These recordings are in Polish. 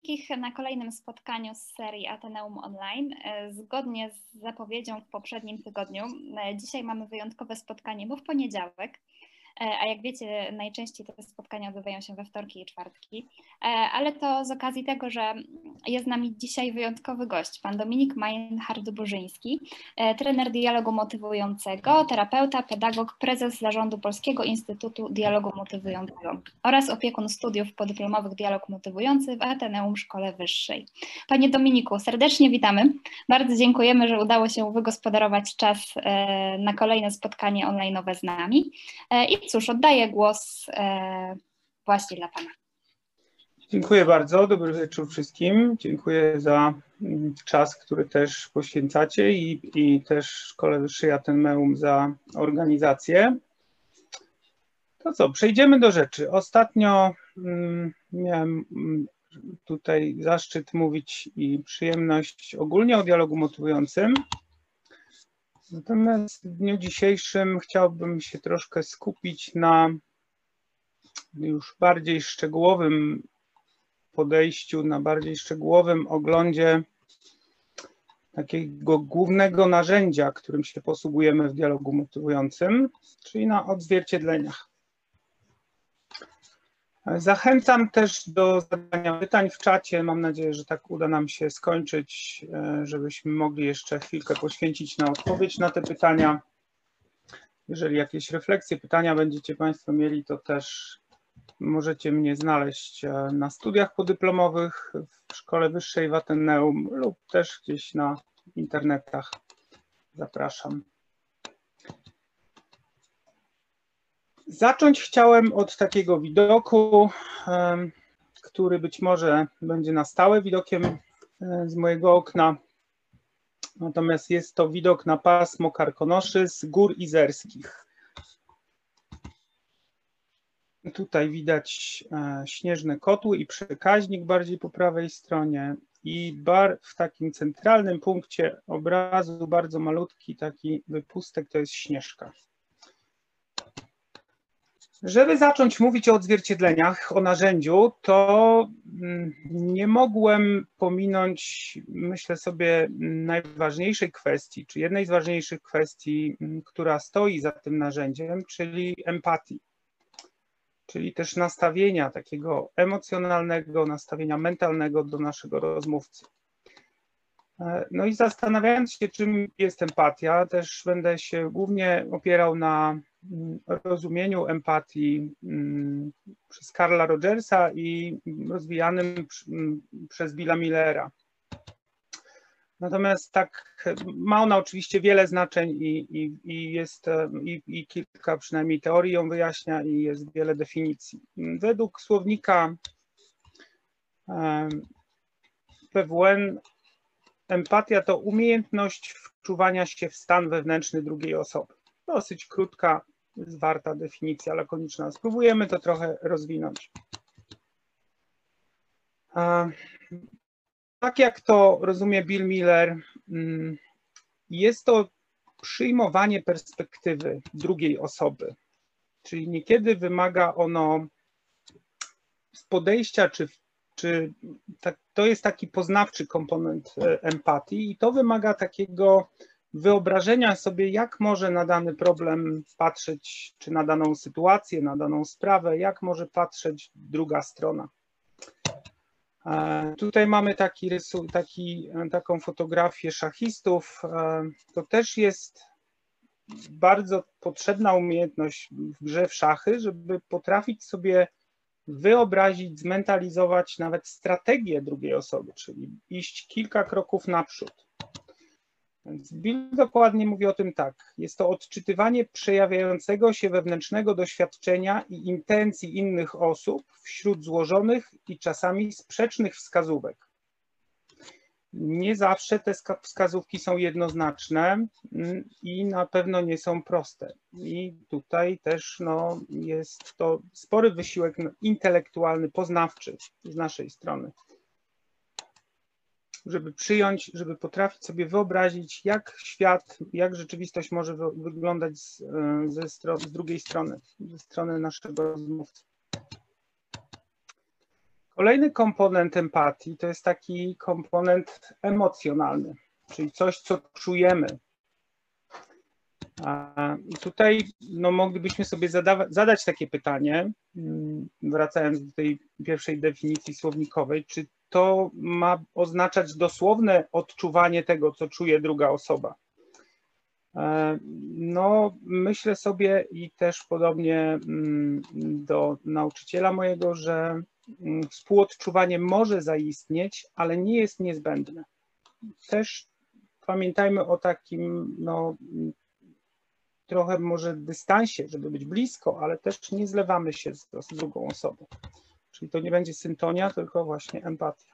wszystkich na kolejnym spotkaniu z serii Ateneum Online. Zgodnie z zapowiedzią w poprzednim tygodniu, dzisiaj mamy wyjątkowe spotkanie, bo w poniedziałek, a jak wiecie, najczęściej te spotkania odbywają się we wtorki i czwartki, ale to z okazji tego, że jest z nami dzisiaj wyjątkowy gość, pan Dominik Meinhardt-Burzyński, trener dialogu motywującego, terapeuta, pedagog, prezes zarządu Polskiego Instytutu Dialogu Motywującego oraz opiekun studiów podyplomowych Dialog Motywujący w Ateneum Szkole Wyższej. Panie Dominiku, serdecznie witamy. Bardzo dziękujemy, że udało się wygospodarować czas na kolejne spotkanie online'owe z nami. I cóż, oddaję głos właśnie dla Pana. Dziękuję bardzo, dobry wieczór wszystkim. Dziękuję za czas, który też poświęcacie i też Szkole Wyższej Ateneum za organizację. To co, przejdziemy do rzeczy. Ostatnio miałem tutaj zaszczyt mówić i przyjemność ogólnie o dialogu motywującym. Natomiast w dniu dzisiejszym chciałbym się troszkę skupić na już bardziej szczegółowym podejściu, na bardziej szczegółowym oglądzie takiego głównego narzędzia, którym się posługujemy w dialogu motywującym, czyli na odzwierciedleniach. Zachęcam też do zadania pytań w czacie. Mam nadzieję, że tak uda nam się skończyć, żebyśmy mogli jeszcze chwilkę poświęcić na odpowiedź na te pytania. Jeżeli jakieś refleksje, pytania będziecie Państwo mieli, to też możecie mnie znaleźć na studiach podyplomowych w Szkole Wyższej w Ateneum lub też gdzieś na internetach. Zapraszam. Zacząć chciałem od takiego widoku, który być może będzie na stałe widokiem z mojego okna. Natomiast jest to widok na pasmo Karkonoszy z Gór Izerskich. Tutaj widać śnieżne kotły i przekaźnik bardziej po prawej stronie i w takim centralnym punkcie obrazu bardzo malutki taki wypustek to jest Śnieżka. Żeby zacząć mówić o odzwierciedleniach, o narzędziu, to nie mogłem pominąć, myślę sobie, najważniejszej kwestii, czy jednej z ważniejszych kwestii, która stoi za tym narzędziem, czyli empatii. Czyli też nastawienia takiego emocjonalnego, nastawienia mentalnego do naszego rozmówcy. No i zastanawiając się, czym jest empatia, też będę się głównie opierał na rozumieniu empatii przez Carla Rogersa i rozwijanym przez Billa Millera. Natomiast tak ma ona oczywiście wiele znaczeń i kilka przynajmniej teorii ją wyjaśnia i jest wiele definicji. Według słownika PWN empatia to umiejętność wczuwania się w stan wewnętrzny drugiej osoby. Dosyć krótka, zwarta definicja, lakoniczna. Spróbujemy to trochę rozwinąć. Tak jak to rozumie Bill Miller, jest to przyjmowanie perspektywy drugiej osoby, czyli niekiedy wymaga ono podejścia, to jest taki poznawczy komponent empatii i to wymaga takiego wyobrażenia sobie, jak może na dany problem patrzeć, czy na daną sytuację, na daną sprawę, jak może patrzeć druga strona. Tutaj mamy taką fotografię szachistów. To też jest bardzo potrzebna umiejętność w grze w szachy, żeby potrafić sobie wyobrazić, zmentalizować nawet strategię drugiej osoby, czyli iść kilka kroków naprzód. Więc Bill dokładnie mówi o tym tak. Jest to odczytywanie przejawiającego się wewnętrznego doświadczenia i intencji innych osób wśród złożonych i czasami sprzecznych wskazówek. Nie zawsze te wskazówki są jednoznaczne i na pewno nie są proste. I tutaj też jest to spory wysiłek intelektualny, poznawczy z naszej strony, żeby przyjąć, żeby potrafić sobie wyobrazić, jak świat, jak rzeczywistość może wyglądać z drugiej strony, ze strony naszego rozmówcy. Kolejny komponent empatii to jest taki komponent emocjonalny, czyli coś, co czujemy. I tutaj no, moglibyśmy sobie zadać takie pytanie, wracając do tej pierwszej definicji słownikowej, czy to ma oznaczać dosłowne odczuwanie tego, co czuje druga osoba. No, myślę sobie i też podobnie do nauczyciela mojego, że współodczuwanie może zaistnieć, ale nie jest niezbędne. Też pamiętajmy o takim, no, trochę może dystansie, żeby być blisko, ale też nie zlewamy się z drugą osobą. Czyli to nie będzie syntonia, tylko właśnie empatia.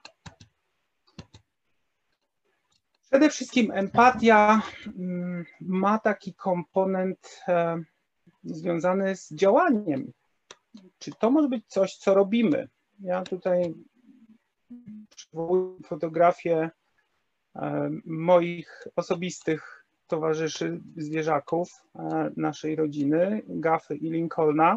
Przede wszystkim empatia ma taki komponent związany z działaniem. Czy to może być coś, co robimy? Ja tutaj przywołuję fotografię moich osobistych towarzyszy zwierzaków naszej rodziny, Gafy i Lincolna.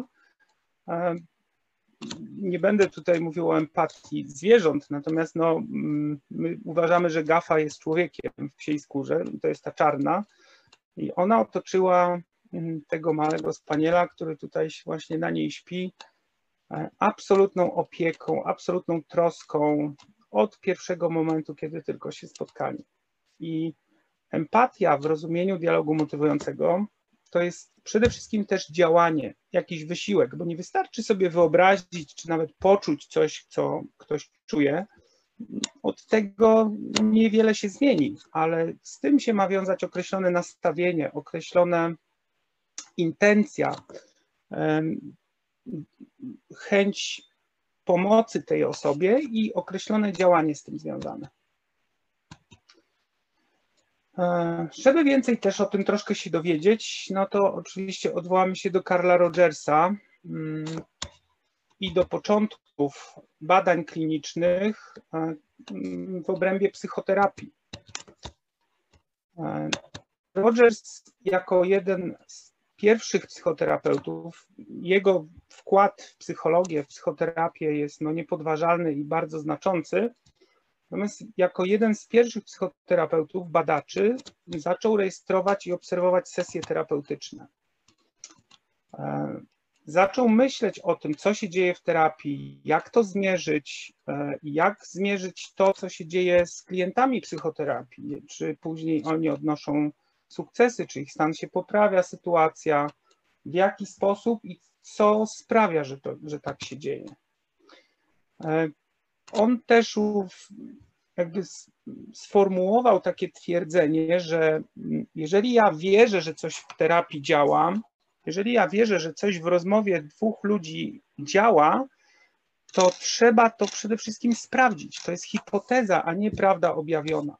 Nie będę tutaj mówił o empatii zwierząt, natomiast no, my uważamy, że Gafa jest człowiekiem w psiej skórze, to jest ta czarna i ona otoczyła tego małego spaniela, który tutaj właśnie na niej śpi, absolutną opieką, absolutną troską od pierwszego momentu, kiedy tylko się spotkali. I empatia w rozumieniu dialogu motywującego to jest przede wszystkim też działanie, jakiś wysiłek, bo nie wystarczy sobie wyobrazić, czy nawet poczuć coś, co ktoś czuje. Od tego niewiele się zmieni, ale z tym się ma wiązać określone nastawienie, określona intencja, chęć pomocy tej osobie i określone działanie z tym związane. Żeby więcej też o tym troszkę się dowiedzieć, no to oczywiście odwołamy się do Carla Rogersa i do początków badań klinicznych w obrębie psychoterapii. Rogers jako jeden z pierwszych psychoterapeutów, jego wkład w psychologię, w psychoterapię jest no niepodważalny i bardzo znaczący. Natomiast jako jeden z pierwszych psychoterapeutów, badaczy, zaczął rejestrować i obserwować sesje terapeutyczne. Zaczął myśleć o tym, co się dzieje w terapii, jak to zmierzyć to, co się dzieje z klientami psychoterapii, czy później oni odnoszą sukcesy, czy ich stan się poprawia, sytuacja, w jaki sposób i co sprawia, że tak się dzieje. On też jakby sformułował takie twierdzenie, że jeżeli ja wierzę, że coś w terapii działa, jeżeli ja wierzę, że coś w rozmowie dwóch ludzi działa, to trzeba to przede wszystkim sprawdzić. To jest hipoteza, a nie prawda objawiona.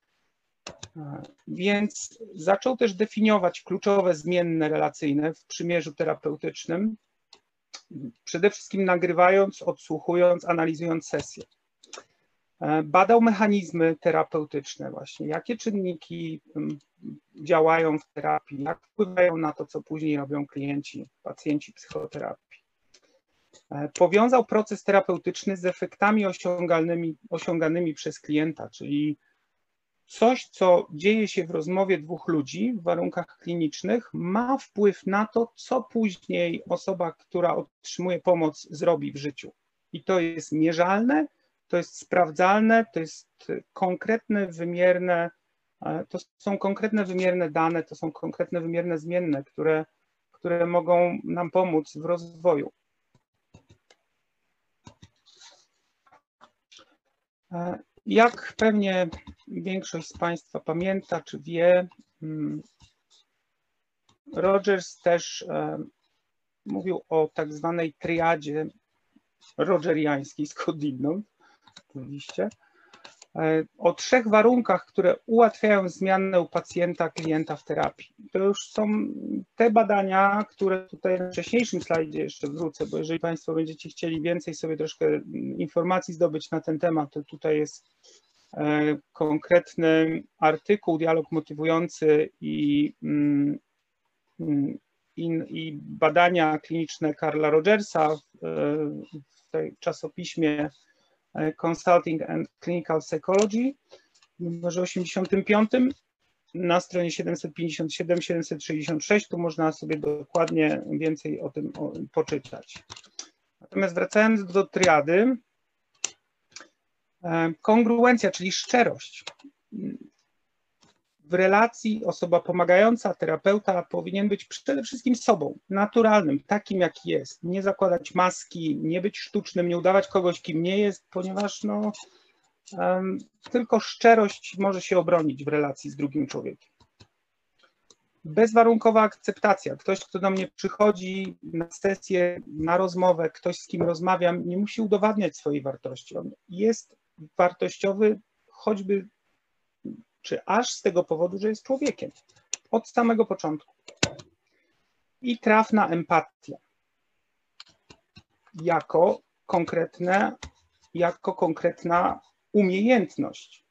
Więc zaczął też definiować kluczowe zmienne relacyjne w przymierzu terapeutycznym, przede wszystkim nagrywając, odsłuchując, analizując sesje. Badał mechanizmy terapeutyczne właśnie, jakie czynniki działają w terapii, jak wpływają na to, co później robią klienci, pacjenci psychoterapii. Powiązał proces terapeutyczny z efektami osiąganymi przez klienta, czyli coś, co dzieje się w rozmowie dwóch ludzi w warunkach klinicznych, ma wpływ na to, co później osoba, która otrzymuje pomoc, zrobi w życiu. I to jest mierzalne, to jest sprawdzalne, to jest konkretne, wymierne, to są konkretne, wymierne dane, to są konkretne, wymierne zmienne, które mogą nam pomóc w rozwoju. Jak pewnie większość z Państwa pamięta czy wie, Rogers też mówił o tak zwanej triadzie rogeriańskiej skądinąd, oczywiście, o 3 warunkach, które ułatwiają zmianę u pacjenta, klienta w terapii. To już są te badania, które tutaj na wcześniejszym slajdzie jeszcze wrócę, bo jeżeli Państwo będziecie chcieli więcej sobie troszkę informacji zdobyć na ten temat, to tutaj jest konkretny artykuł, dialog motywujący i badania kliniczne Carla Rogersa w czasopiśmie Consulting and Clinical Psychology w numerze 85 na stronie 757-766. Tu można sobie dokładnie więcej o tym poczytać. Natomiast wracając do triady, kongruencja, czyli szczerość. W relacji osoba pomagająca, terapeuta powinien być przede wszystkim sobą, naturalnym, takim jaki jest. Nie zakładać maski, nie być sztucznym, nie udawać kogoś, kim nie jest, ponieważ no, tylko szczerość może się obronić w relacji z drugim człowiekiem. Bezwarunkowa akceptacja. Ktoś, kto do mnie przychodzi na sesję, na rozmowę, ktoś, z kim rozmawiam, nie musi udowadniać swojej wartości. On jest wartościowy choćby, czy aż z tego powodu, że jest człowiekiem. Od samego początku. I trafna empatia. Jako konkretna umiejętność.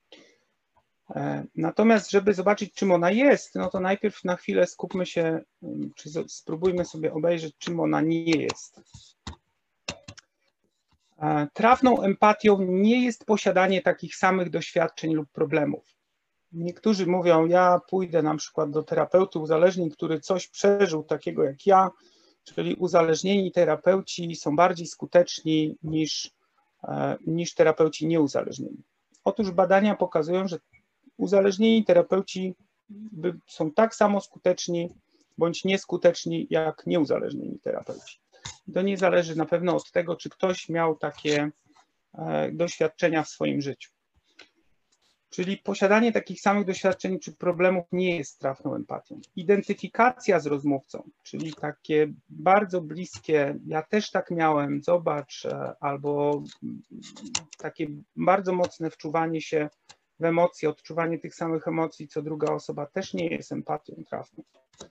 Natomiast, żeby zobaczyć, czym ona jest, no to najpierw na chwilę skupmy się, czy spróbujmy sobie obejrzeć, czym ona nie jest. Trafną empatią nie jest posiadanie takich samych doświadczeń lub problemów. Niektórzy mówią, ja pójdę na przykład do terapeuty uzależnień, który coś przeżył takiego jak ja, czyli uzależnieni terapeuci są bardziej skuteczni niż terapeuci nieuzależnieni. Otóż badania pokazują, że uzależnieni terapeuci są tak samo skuteczni bądź nieskuteczni jak nieuzależnieni terapeuci. To nie zależy na pewno od tego, czy ktoś miał takie doświadczenia w swoim życiu. Czyli posiadanie takich samych doświadczeń czy problemów nie jest trafną empatią. Identyfikacja z rozmówcą, czyli takie bardzo bliskie, ja też tak miałem, zobacz, albo takie bardzo mocne wczuwanie się w emocje, odczuwanie tych samych emocji, co druga osoba, też nie jest empatią trafną.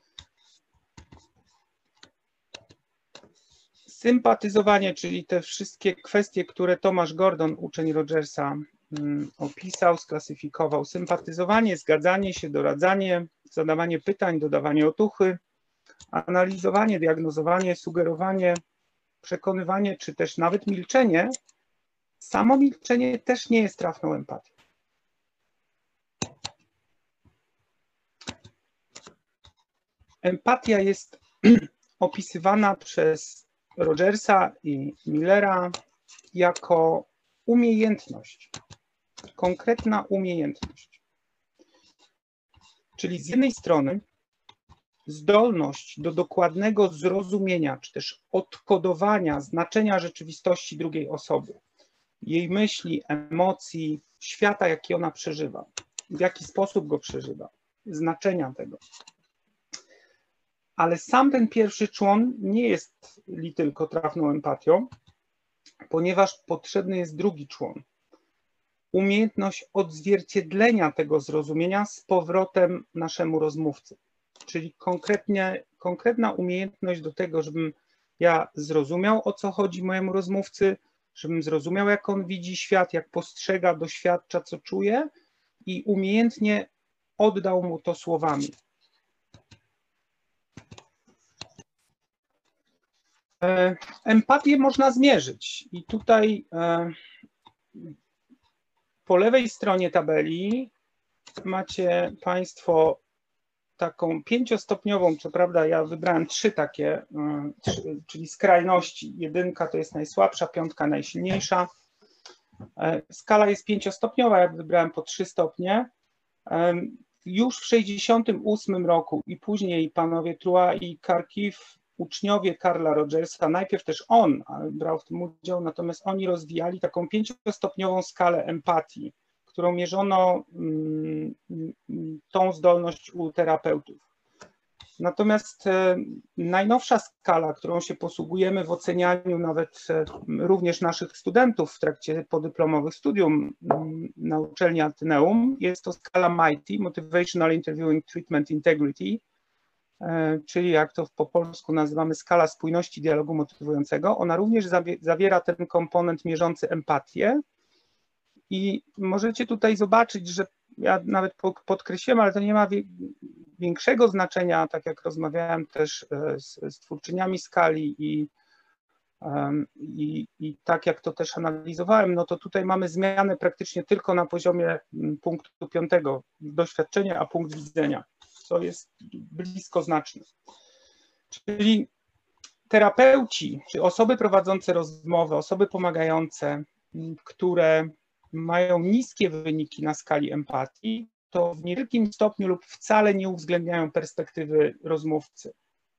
Sympatyzowanie, czyli te wszystkie kwestie, które Tomasz Gordon, uczeń Rogersa, opisał, sklasyfikował. Sympatyzowanie, zgadzanie się, doradzanie, zadawanie pytań, dodawanie otuchy, analizowanie, diagnozowanie, sugerowanie, przekonywanie, czy też nawet milczenie. Samo milczenie też nie jest trafną empatią. Empatia jest opisywana przez Rogersa i Millera jako umiejętność, konkretna umiejętność. Czyli z jednej strony zdolność do dokładnego zrozumienia, czy też odkodowania znaczenia rzeczywistości drugiej osoby, jej myśli, emocji, świata, jaki ona przeżywa, w jaki sposób go przeżywa, znaczenia tego. Ale sam ten pierwszy człon nie jest li tylko trafną empatią, ponieważ potrzebny jest drugi człon. Umiejętność odzwierciedlenia tego zrozumienia z powrotem naszemu rozmówcy. Czyli konkretna umiejętność do tego, żebym ja zrozumiał, o co chodzi mojemu rozmówcy, żebym zrozumiał, jak on widzi świat, jak postrzega, doświadcza, co czuje i umiejętnie oddał mu to słowami. Empatię można zmierzyć i tutaj po lewej stronie tabeli macie Państwo taką 5-stopniową, co prawda ja wybrałem 3 takie, czyli skrajności. 1 to jest najsłabsza, 5 najsilniejsza. Skala jest 5-stopniowa, ja wybrałem po 3 stopnie. Już w 1968 roku i później panowie Trua i Kharkiv, uczniowie Carla Rogersa, najpierw też on brał w tym udział, natomiast oni rozwijali taką 5-stopniową skalę empatii, którą mierzono tą zdolność u terapeutów. Natomiast najnowsza skala, którą się posługujemy w ocenianiu nawet również naszych studentów w trakcie podyplomowych studium na uczelni Atheneum, jest to skala MIghty, Motivational Interviewing Treatment Integrity, czyli jak to po polsku nazywamy skala spójności dialogu motywującego. Ona również zawiera ten komponent mierzący empatię i możecie tutaj zobaczyć, że ja nawet podkreśliłem, ale to nie ma większego znaczenia, tak jak rozmawiałem też z twórczyniami skali i I tak jak to też analizowałem, no to tutaj mamy zmianę praktycznie tylko na poziomie punktu 5, doświadczenie, a punkt widzenia, co jest blisko znaczne. Czyli terapeuci, czy osoby prowadzące rozmowy, osoby pomagające, które mają niskie wyniki na skali empatii, to w niewielkim stopniu lub wcale nie uwzględniają perspektywy rozmówcy.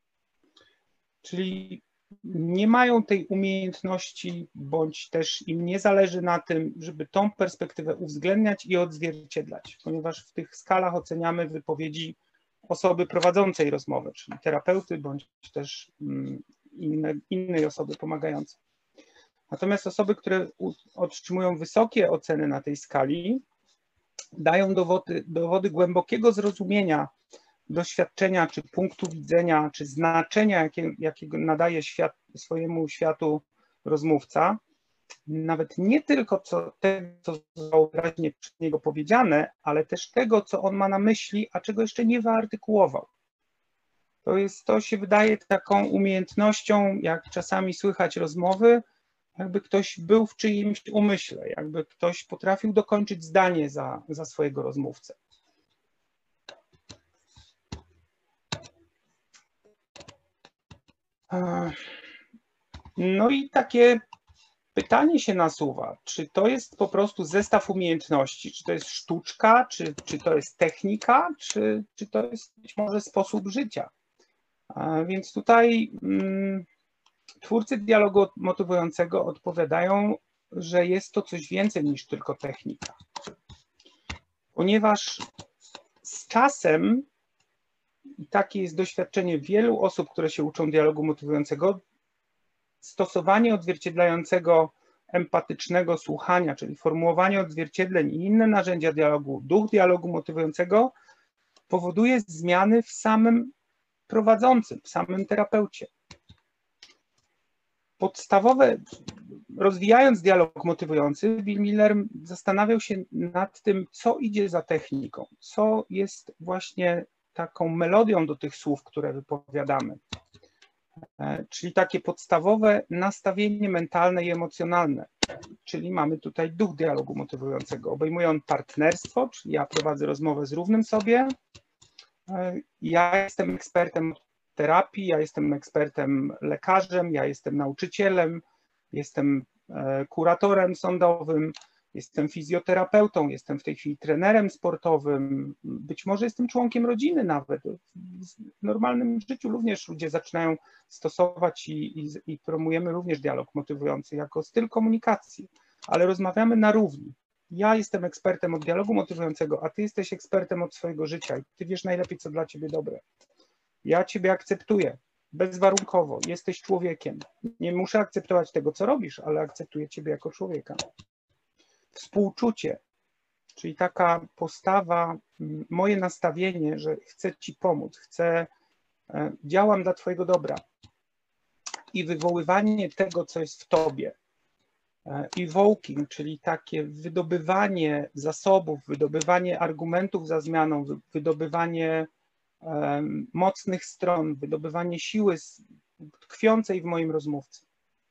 Czyli nie mają tej umiejętności, bądź też im nie zależy na tym, żeby tą perspektywę uwzględniać i odzwierciedlać, ponieważ w tych skalach oceniamy wypowiedzi osoby prowadzącej rozmowę, czyli terapeuty, bądź też innej osoby pomagającej. Natomiast osoby, które otrzymują wysokie oceny na tej skali, dają dowody głębokiego zrozumienia doświadczenia, czy punktu widzenia, czy znaczenia, jakiego nadaje swojemu światu rozmówca, nawet nie tylko tego, co zostało wyraźnie przez niego powiedziane, ale też tego, co on ma na myśli, a czego jeszcze nie wyartykułował. To się wydaje taką umiejętnością, jak czasami słychać rozmowy, jakby ktoś był w czyimś umyśle, jakby ktoś potrafił dokończyć zdanie za swojego rozmówcę. No i takie pytanie się nasuwa, czy to jest po prostu zestaw umiejętności, czy to jest sztuczka, czy to jest technika, czy to jest być może sposób życia. Więc tutaj twórcy dialogu motywującego odpowiadają, że jest to coś więcej niż tylko technika. Ponieważ z czasem, i takie jest doświadczenie wielu osób, które się uczą dialogu motywującego, stosowanie odzwierciedlającego empatycznego słuchania, czyli formułowanie odzwierciedleń i inne narzędzia dialogu, duch dialogu motywującego powoduje zmiany w samym prowadzącym, w samym terapeucie. Rozwijając dialog motywujący, Bill Miller zastanawiał się nad tym, co idzie za techniką, co jest właśnie taką melodią do tych słów, które wypowiadamy. Czyli takie podstawowe nastawienie mentalne i emocjonalne. Czyli mamy tutaj duch dialogu motywującego. Obejmuje on partnerstwo, czyli ja prowadzę rozmowę z równym sobie. Ja jestem ekspertem terapii, ja jestem ekspertem lekarzem, ja jestem nauczycielem, jestem kuratorem sądowym, jestem fizjoterapeutą, jestem w tej chwili trenerem sportowym, być może jestem członkiem rodziny nawet. W normalnym życiu również ludzie zaczynają stosować i promujemy również dialog motywujący jako styl komunikacji, ale rozmawiamy na równi. Ja jestem ekspertem od dialogu motywującego, a ty jesteś ekspertem od swojego życia i ty wiesz najlepiej, co dla ciebie dobre. Ja ciebie akceptuję bezwarunkowo, jesteś człowiekiem. Nie muszę akceptować tego, co robisz, ale akceptuję ciebie jako człowieka. Współczucie, czyli taka postawa, moje nastawienie, że chcę ci pomóc, działam dla twojego dobra i wywoływanie tego, co jest w tobie. Evoking, czyli takie wydobywanie zasobów, wydobywanie argumentów za zmianą, wydobywanie mocnych stron, wydobywanie siły tkwiącej w moim rozmówcy.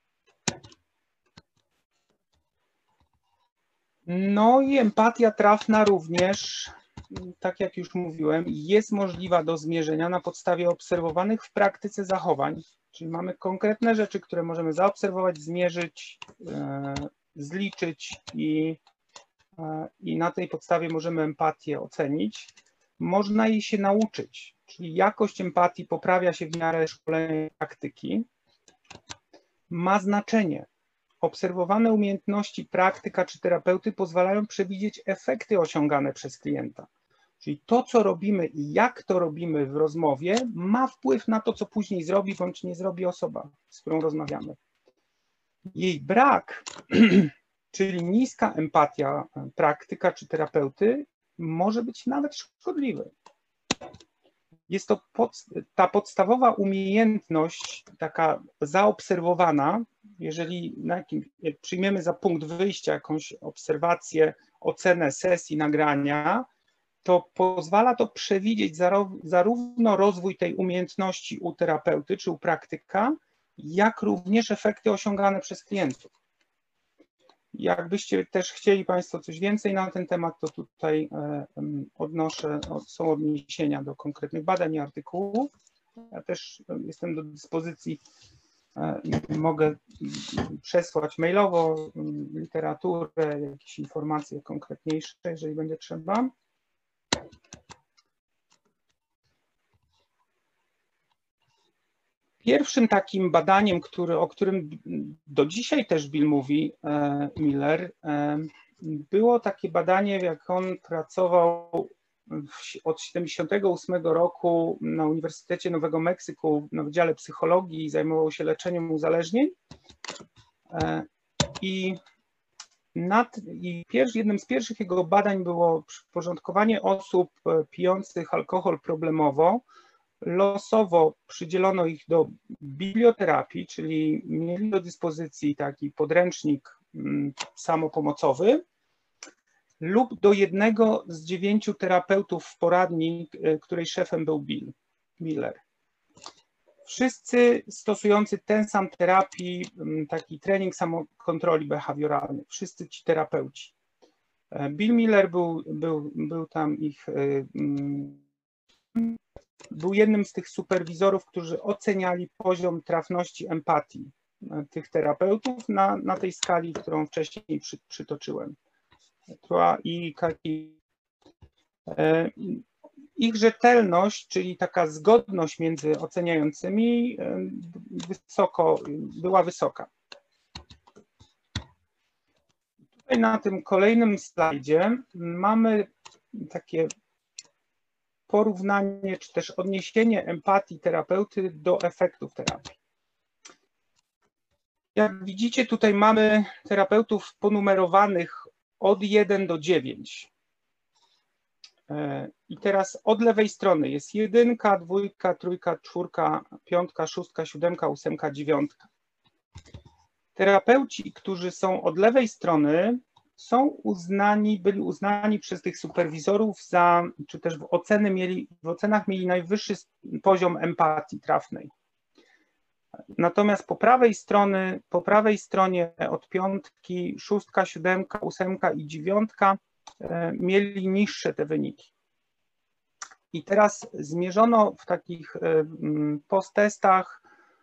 No i empatia trafna również, tak jak już mówiłem, jest możliwa do zmierzenia na podstawie obserwowanych w praktyce zachowań, czyli mamy konkretne rzeczy, które możemy zaobserwować, zmierzyć, zliczyć i na tej podstawie możemy empatię ocenić. Można jej się nauczyć, czyli jakość empatii poprawia się w miarę szkolenia i praktyki. Ma znaczenie. Obserwowane umiejętności praktyka czy terapeuty pozwalają przewidzieć efekty osiągane przez klienta. Czyli to, co robimy i jak to robimy w rozmowie, ma wpływ na to, co później zrobi bądź nie zrobi osoba, z którą rozmawiamy. Jej brak, czyli niska empatia praktyka czy terapeuty, może być nawet szkodliwy. Jest to ta podstawowa umiejętność, taka zaobserwowana, jeżeli przyjmiemy za punkt wyjścia jakąś obserwację, ocenę sesji, nagrania, to pozwala to przewidzieć zarówno rozwój tej umiejętności u terapeuty czy u praktyka, jak również efekty osiągane przez klientów. Jakbyście też chcieli Państwo coś więcej na ten temat, to tutaj są odniesienia do konkretnych badań i artykułów. Ja też jestem do dyspozycji, mogę przesłać mailowo literaturę, jakieś informacje konkretniejsze, jeżeli będzie trzeba. Pierwszym takim badaniem, o którym do dzisiaj też Bill mówi, Miller, było takie badanie, jak on pracował od 1978 roku na Uniwersytecie Nowego Meksyku na Wydziale Psychologii i zajmował się leczeniem uzależnień. Jednym z pierwszych jego badań było przyporządkowanie osób pijących alkohol problemowo. Losowo przydzielono ich do biblioterapii, czyli mieli do dyspozycji taki podręcznik samopomocowy lub do jednego z 9 terapeutów w poradni, której szefem był Bill Miller. Wszyscy stosujący ten sam terapii, taki trening samokontroli behawioralnej, wszyscy ci terapeuci. Bill Miller był tam był jednym z tych superwizorów, którzy oceniali poziom trafności empatii tych terapeutów na tej skali, którą wcześniej przytoczyłem. Ich rzetelność, czyli taka zgodność między oceniającymi była wysoka. Tutaj na tym kolejnym slajdzie mamy takie porównanie, czy też odniesienie empatii terapeuty do efektów terapii. Jak widzicie, tutaj mamy terapeutów ponumerowanych od 1 do 9. I teraz od lewej strony jest 1, 2, 3, 4, 5, 6, 7, 8, 9. Terapeuci, którzy są od lewej strony, byli uznani przez tych superwizorów czy też w ocenach mieli najwyższy poziom empatii trafnej. Natomiast po prawej stronie od 5, 6, 7, 8 i 9 mieli niższe te wyniki. I teraz zmierzono w takich post-testach,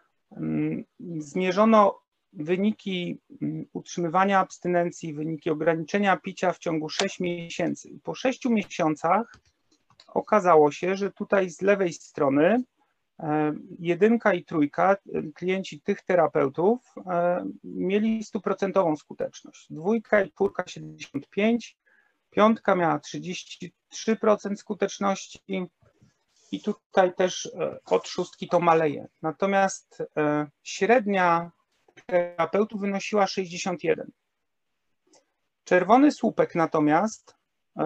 zmierzono wyniki utrzymywania abstynencji, wyniki ograniczenia picia w ciągu 6 miesięcy. I po 6 miesiącach okazało się, że tutaj z lewej strony 1 i 3, klienci tych terapeutów, mieli 100% skuteczność. 2 i 4 75%, 5 miała 33% skuteczności i tutaj też od 6 to maleje. Natomiast średnia terapeutów wynosiła 61. Czerwony słupek natomiast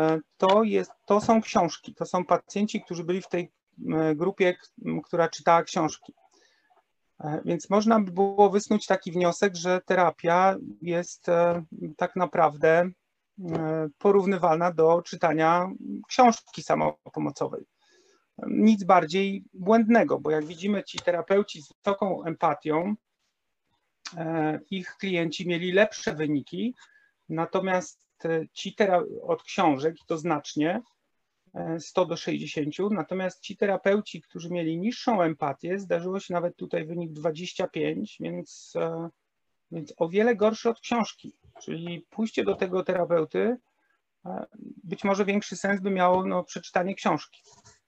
to są książki, to są pacjenci, którzy byli w tej grupie, która czytała książki. Więc można by było wysnuć taki wniosek, że terapia jest tak naprawdę porównywalna do czytania książki samopomocowej. Nic bardziej błędnego, bo jak widzimy, ci terapeuci z wysoką empatią, ich klienci mieli lepsze wyniki, natomiast od książek to znacznie, 100 do 60, natomiast ci terapeuci, którzy mieli niższą empatię, zdarzyło się nawet tutaj wynik 25, więc o wiele gorszy od książki. Czyli pójście do tego terapeuty, być może większy sens by miało przeczytanie książki.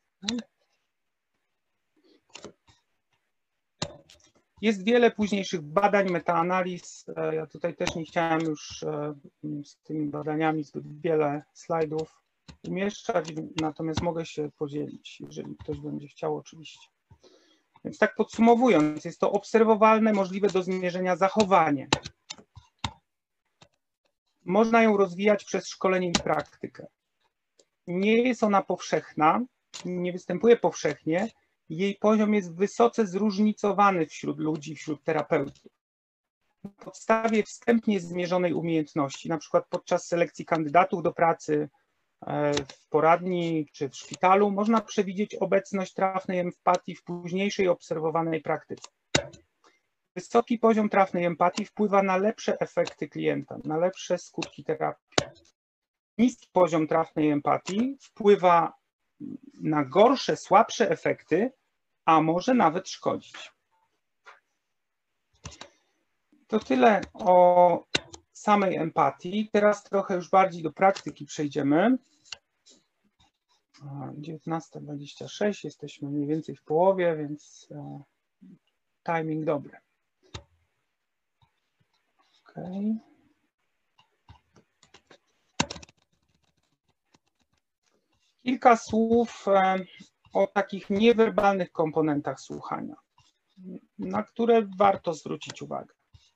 Jest wiele późniejszych badań, metaanaliz. Ja tutaj też nie chciałem już z tymi badaniami zbyt wiele slajdów umieszczać, natomiast mogę się podzielić, jeżeli ktoś będzie chciał oczywiście. Więc tak podsumowując, jest to obserwowalne, możliwe do zmierzenia zachowanie. Można ją rozwijać przez szkolenie i praktykę. Nie jest ona powszechna, nie występuje powszechnie, jej poziom jest wysoce zróżnicowany wśród ludzi, wśród terapeutów. Na podstawie wstępnie zmierzonej umiejętności, na przykład podczas selekcji kandydatów do pracy w poradni czy w szpitalu, można przewidzieć obecność trafnej empatii w późniejszej obserwowanej praktyce. wysoki poziom trafnej empatii wpływa na lepsze efekty klienta, na lepsze skutki terapii. Niski poziom trafnej empatii wpływa na gorsze, słabsze efekty, a może nawet szkodzić. To tyle o samej empatii. Teraz trochę już bardziej do praktyki przejdziemy. 19:26, jesteśmy mniej więcej w połowie, więc timing dobry. Okay. Kilka słów o takich niewerbalnych komponentach słuchania, na które warto zwrócić uwagę.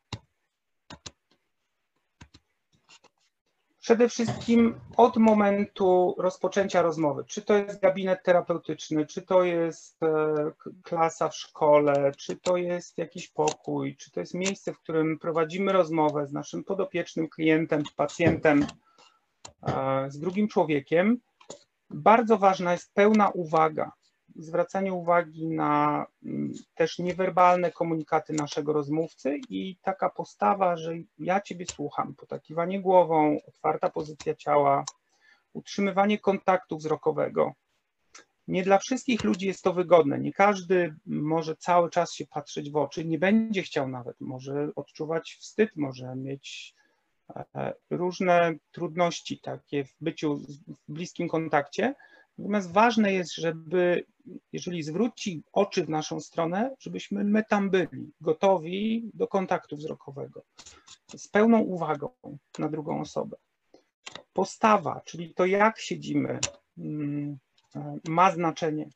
Przede wszystkim od momentu rozpoczęcia rozmowy, czy to jest gabinet terapeutyczny, czy to jest klasa w szkole, czy to jest jakiś pokój, czy to jest miejsce, w którym prowadzimy rozmowę z naszym podopiecznym klientem, pacjentem, z drugim człowiekiem, bardzo ważna jest pełna uwaga, zwracanie uwagi na też niewerbalne komunikaty naszego rozmówcy i taka postawa, że ja Ciebie słucham, potakiwanie głową, otwarta pozycja ciała, utrzymywanie kontaktu wzrokowego. Nie dla wszystkich ludzi jest to wygodne, nie każdy może cały czas się patrzeć w oczy, nie będzie chciał nawet, może odczuwać wstyd, może mieć różne trudności takie w byciu w bliskim kontakcie. Natomiast ważne jest, żeby, jeżeli zwróci oczy w naszą stronę, żebyśmy my tam byli, gotowi do kontaktu wzrokowego, z pełną uwagą na drugą osobę. Postawa, czyli to, jak siedzimy, ma znaczenie.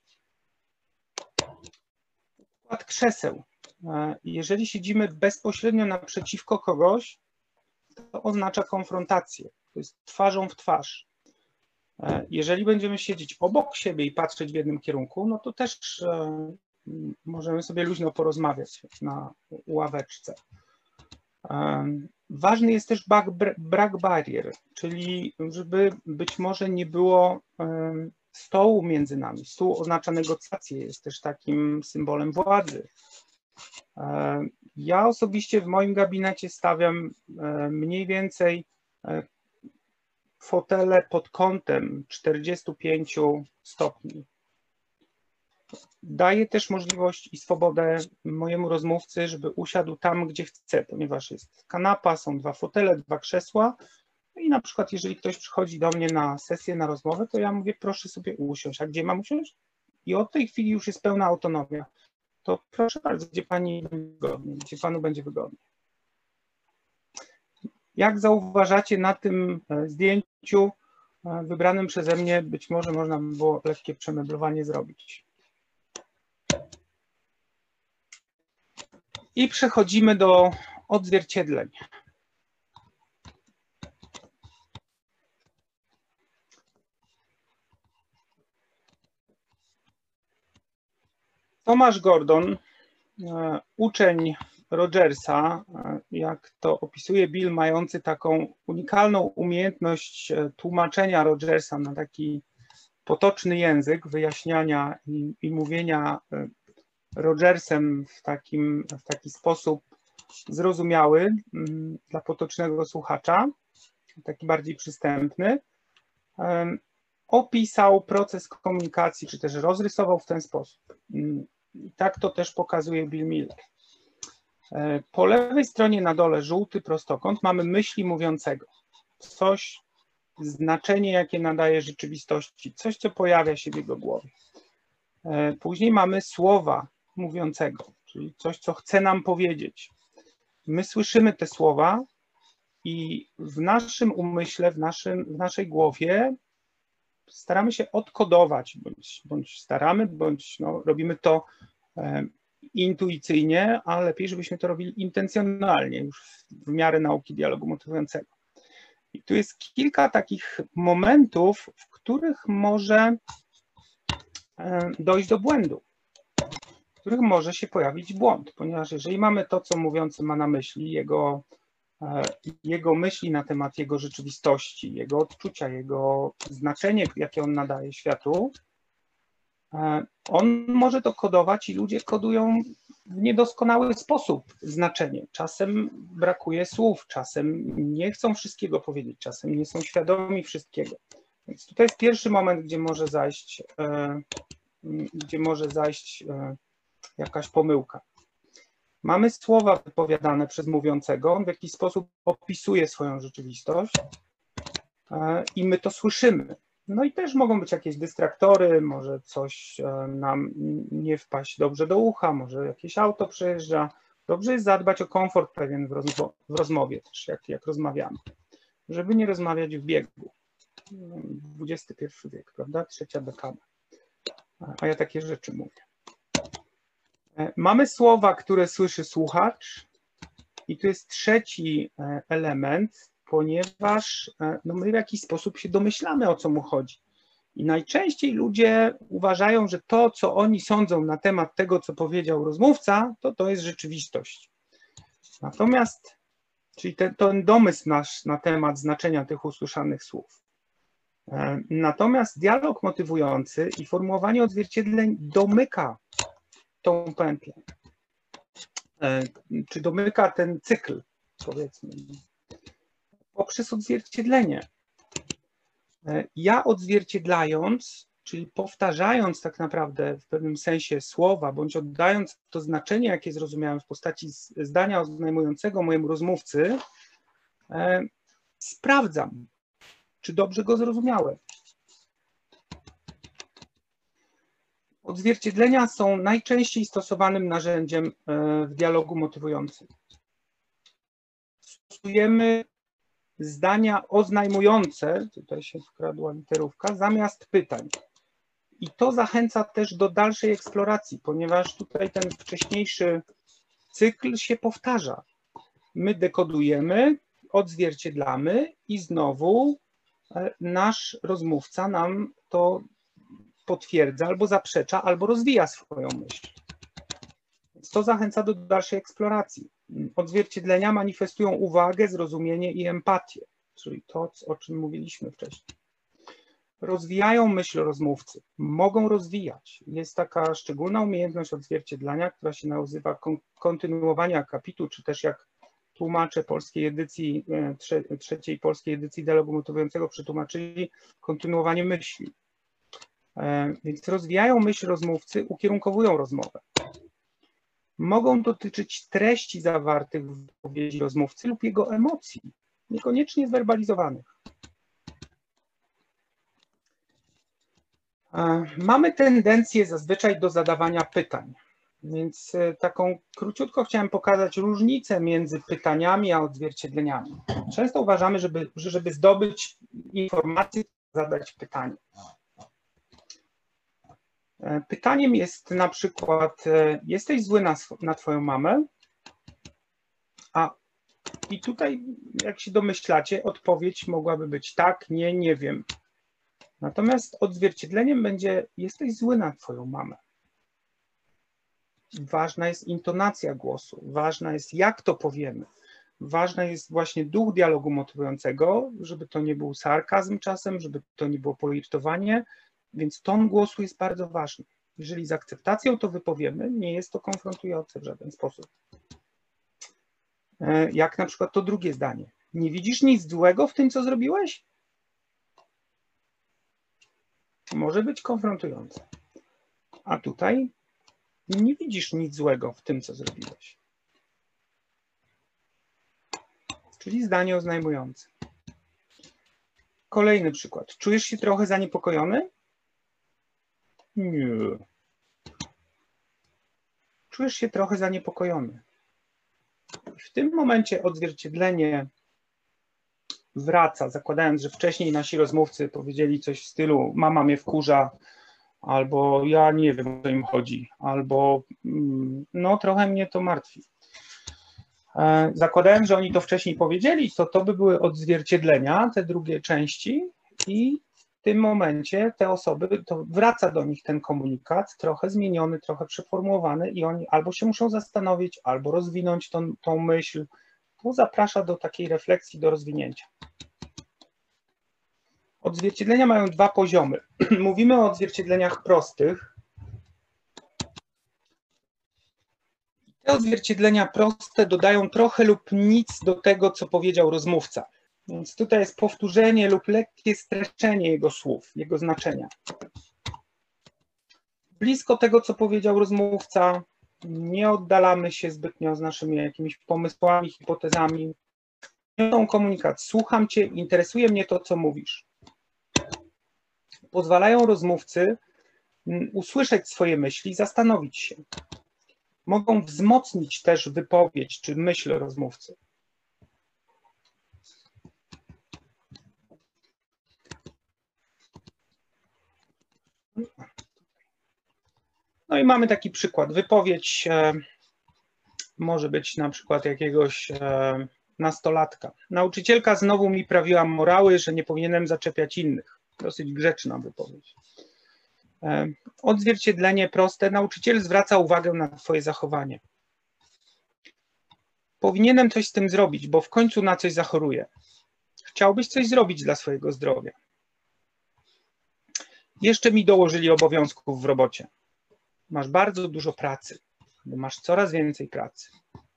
Układ krzeseł. Jeżeli siedzimy bezpośrednio naprzeciwko kogoś, to oznacza konfrontację, to jest twarzą w twarz. Jeżeli będziemy siedzieć obok siebie i patrzeć w jednym kierunku, no to też możemy sobie luźno porozmawiać na ławeczce. Ważny jest też brak barier, czyli żeby być może nie było stołu między nami. Stół oznacza negocjacje, jest też takim symbolem władzy. Ja osobiście w moim gabinecie stawiam mniej więcej fotele pod kątem 45 stopni. Daję też możliwość i swobodę mojemu rozmówcy, żeby usiadł tam, gdzie chce, ponieważ jest kanapa, są 2 fotele, 2 krzesła i na przykład jeżeli ktoś przychodzi do mnie na sesję, na rozmowę, to ja mówię, proszę sobie usiąść. A gdzie mam usiąść? I od tej chwili już jest pełna autonomia. To proszę bardzo, gdzie pani wygodnie, gdzie panu będzie wygodnie. Jak zauważacie na tym zdjęciu wybranym przeze mnie, być może można by było lekkie przemeblowanie zrobić. I przechodzimy do odzwierciedleń. Thomas Gordon, uczeń Rogersa, jak to opisuje Bill, mający taką unikalną umiejętność tłumaczenia Rogersa na taki potoczny język, wyjaśniania i mówienia Rogersem w taki sposób zrozumiały dla potocznego słuchacza, taki bardziej przystępny, opisał proces komunikacji, czy też rozrysował w ten sposób. I tak to też pokazuje Bill Miller. Po lewej stronie na dole żółty prostokąt mamy myśli mówiącego. Coś, znaczenie, jakie nadaje rzeczywistości, coś, co pojawia się w jego głowie. Później mamy słowa mówiącego, czyli coś, co chce nam powiedzieć. My słyszymy te słowa i w naszym umyśle, w naszej głowie staramy się odkodować, bądź staramy, bądź robimy to intuicyjnie, a lepiej, żebyśmy to robili intencjonalnie, już w miarę nauki dialogu motywującego. I tu jest kilka takich momentów, w których może dojść do błędu, w których może się pojawić błąd, ponieważ jeżeli mamy to, co mówiący ma na myśli, jego myśli na temat jego rzeczywistości, jego odczucia, jego znaczenie, jakie on nadaje światu, On może to kodować i ludzie kodują w niedoskonały sposób znaczenie. Czasem brakuje słów, czasem nie chcą wszystkiego powiedzieć, czasem nie są świadomi wszystkiego. Więc tutaj jest pierwszy moment, gdzie może zajść jakaś pomyłka. Mamy słowa wypowiadane przez mówiącego, on w jakiś sposób opisuje swoją rzeczywistość i my to słyszymy. No i też mogą być jakieś dystraktory, może coś nam nie wpaść dobrze do ucha, może jakieś auto przejeżdża. Dobrze jest zadbać o komfort pewien w rozmowie też, jak rozmawiamy, żeby nie rozmawiać w biegu. XXI wiek, prawda? Trzecia dekada. A ja takie rzeczy mówię. Mamy słowa, które słyszy słuchacz i tu jest trzeci element, ponieważ no my w jakiś sposób się domyślamy, o co mu chodzi. I najczęściej ludzie uważają, że to, co oni sądzą na temat tego, co powiedział rozmówca, to jest rzeczywistość. Natomiast, czyli ten domysł nasz na temat znaczenia tych usłyszanych słów. Natomiast dialog motywujący i formułowanie odzwierciedleń domyka tą pętlę, czy domyka ten cykl, powiedzmy, poprzez odzwierciedlenie. Ja odzwierciedlając, czyli powtarzając tak naprawdę w pewnym sensie słowa, bądź oddając to znaczenie, jakie zrozumiałem w postaci zdania oznajmującego mojemu rozmówcy, sprawdzam, czy dobrze go zrozumiałem. Odzwierciedlenia są najczęściej stosowanym narzędziem w dialogu motywującym. Stosujemy zdania oznajmujące, tutaj się wkradła literówka, zamiast pytań. I to zachęca też do dalszej eksploracji, ponieważ tutaj ten wcześniejszy cykl się powtarza. My dekodujemy, odzwierciedlamy i znowu nasz rozmówca nam to potwierdza, albo zaprzecza, albo rozwija swoją myśl. Więc to zachęca do dalszej eksploracji. Odzwierciedlenia manifestują uwagę, zrozumienie i empatię, czyli to, o czym mówiliśmy wcześniej. Rozwijają myśl rozmówcy, mogą rozwijać. Jest taka szczególna umiejętność odzwierciedlania, która się nazywa kontynuowanie akapitu, czy też jak tłumacze polskiej edycji, trzeciej polskiej edycji dialogu motywującego przetłumaczyli, kontynuowanie myśli. Więc rozwijają myśl rozmówcy, ukierunkowują rozmowę. Mogą dotyczyć treści zawartych w wypowiedzi rozmówcy lub jego emocji, niekoniecznie zwerbalizowanych. Mamy tendencję zazwyczaj do zadawania pytań, więc taką króciutko chciałem pokazać różnicę między pytaniami a odzwierciedleniami. Często uważamy, żeby zdobyć informację, zadać pytanie. Pytaniem jest na przykład, jesteś zły na twoją mamę? I tutaj, jak się domyślacie, odpowiedź mogłaby być tak, nie, nie wiem. Natomiast odzwierciedleniem będzie, jesteś zły na twoją mamę. Ważna jest intonacja głosu, ważna jest, jak to powiemy. Ważny jest właśnie duch dialogu motywującego, żeby to nie był sarkazm czasem, żeby to nie było poirytowanie, więc ton głosu jest bardzo ważny. Jeżeli z akceptacją to wypowiemy, nie jest to konfrontujące w żaden sposób. Jak na przykład to drugie zdanie. Nie widzisz nic złego w tym, co zrobiłeś? Może być konfrontujące. A tutaj nie widzisz nic złego w tym, co zrobiłeś. Czyli zdanie oznajmujące. Kolejny przykład. Czujesz się trochę zaniepokojony? Nie. Czujesz się trochę zaniepokojony. W tym momencie odzwierciedlenie wraca, zakładając, że wcześniej nasi rozmówcy powiedzieli coś w stylu mama mnie wkurza, albo ja nie wiem, o co im chodzi, albo no trochę mnie to martwi. Zakładając, że oni to wcześniej powiedzieli, to by były odzwierciedlenia, te drugie części i w tym momencie te osoby, to wraca do nich ten komunikat, trochę zmieniony, trochę przeformułowany i oni albo się muszą zastanowić, albo rozwinąć tą myśl. To zaprasza do takiej refleksji, do rozwinięcia. Odzwierciedlenia mają dwa poziomy. Mówimy o odzwierciedleniach prostych, Te odzwierciedlenia proste dodają trochę lub nic do tego, co powiedział rozmówca. Więc tutaj jest powtórzenie lub lekkie streszczenie jego słów, jego znaczenia. Blisko tego, co powiedział rozmówca, nie oddalamy się zbytnio z naszymi jakimiś pomysłami, hipotezami. Są komunikat. Słucham Cię, interesuje mnie to, co mówisz. Pozwalają rozmówcy usłyszeć swoje myśli, zastanowić się. Mogą wzmocnić też wypowiedź czy myśl rozmówcy. No i mamy taki przykład. Wypowiedź może być na przykład jakiegoś nastolatka. Nauczycielka znowu mi prawiła morały, że nie powinienem zaczepiać innych. Dosyć grzeczna wypowiedź. Odzwierciedlenie proste. Nauczyciel zwraca uwagę na Twoje zachowanie. Powinienem coś z tym zrobić, bo w końcu na coś zachoruję. Chciałbyś coś zrobić dla swojego zdrowia. Jeszcze mi dołożyli obowiązków w robocie. Masz bardzo dużo pracy, bo masz coraz więcej pracy.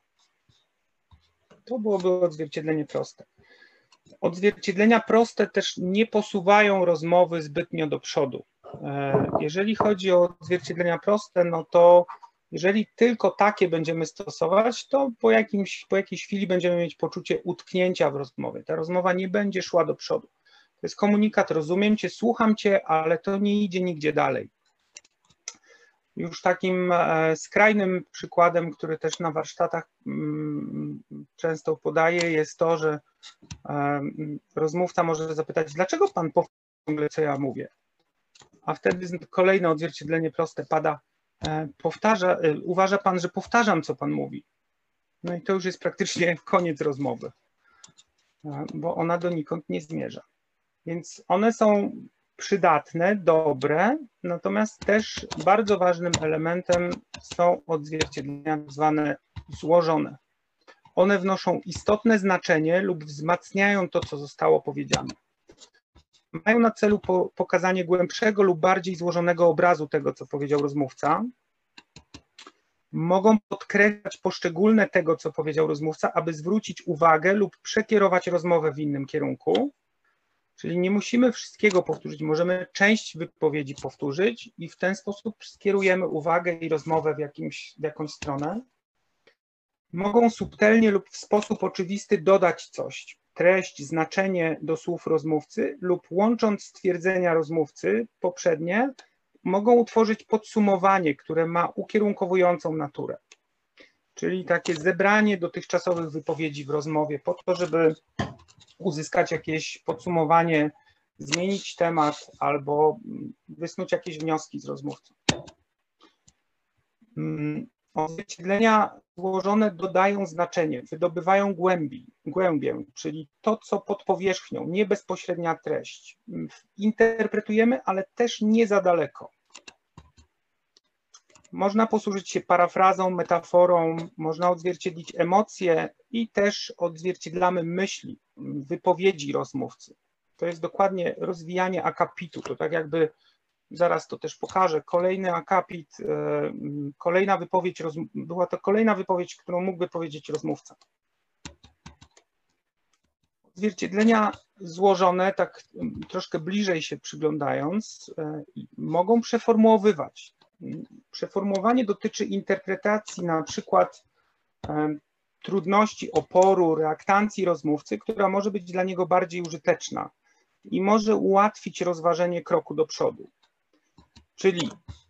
To byłoby odzwierciedlenie proste. Odzwierciedlenia proste też nie posuwają rozmowy zbytnio do przodu. Jeżeli chodzi o odzwierciedlenia proste, no to jeżeli tylko takie będziemy stosować, to po jakiejś chwili będziemy mieć poczucie utknięcia w rozmowie. Ta rozmowa nie będzie szła do przodu. To jest komunikat, rozumiem Cię, słucham Cię, ale to nie idzie nigdzie dalej. Już takim skrajnym przykładem, który też na warsztatach często podaję, jest to, że rozmówca może zapytać, dlaczego Pan powtarza ciągle, co ja mówię? A wtedy kolejne odzwierciedlenie proste pada, uważa Pan, że powtarzam, co Pan mówi. No i to już jest praktycznie koniec rozmowy, bo ona donikąd nie zmierza. Więc one są przydatne, dobre, natomiast też bardzo ważnym elementem są odzwierciedlenia zwane złożone. One wnoszą istotne znaczenie lub wzmacniają to, co zostało powiedziane. Mają na celu pokazanie głębszego lub bardziej złożonego obrazu tego, co powiedział rozmówca. Mogą podkreślać poszczególne tego, co powiedział rozmówca, aby zwrócić uwagę lub przekierować rozmowę w innym kierunku. Czyli nie musimy wszystkiego powtórzyć, możemy część wypowiedzi powtórzyć i w ten sposób skierujemy uwagę i rozmowę w jakąś stronę. Mogą subtelnie lub w sposób oczywisty dodać coś, treść, znaczenie do słów rozmówcy lub łącząc stwierdzenia rozmówcy poprzednie, mogą utworzyć podsumowanie, które ma ukierunkowującą naturę. Czyli takie zebranie dotychczasowych wypowiedzi w rozmowie po to, żeby uzyskać jakieś podsumowanie, zmienić temat albo wysnuć jakieś wnioski z rozmówcą. Odzwierciedlenia złożone dodają znaczenie, wydobywają głębię, czyli to, co pod powierzchnią, nie bezpośrednia treść. Interpretujemy, ale też nie za daleko. Można posłużyć się parafrazą, metaforą, można odzwierciedlić emocje i też odzwierciedlamy myśli, wypowiedzi rozmówcy. To jest dokładnie rozwijanie akapitu. To tak jakby, zaraz to też pokażę, kolejny akapit, kolejna wypowiedź, była to kolejna wypowiedź, którą mógłby powiedzieć rozmówca. Odzwierciedlenia złożone, tak troszkę bliżej się przyglądając, mogą przeformułowywać. Przeformułowanie dotyczy interpretacji na przykład trudności, oporu, reaktancji rozmówcy, która może być dla niego bardziej użyteczna i może ułatwić rozważenie kroku do przodu. Czyli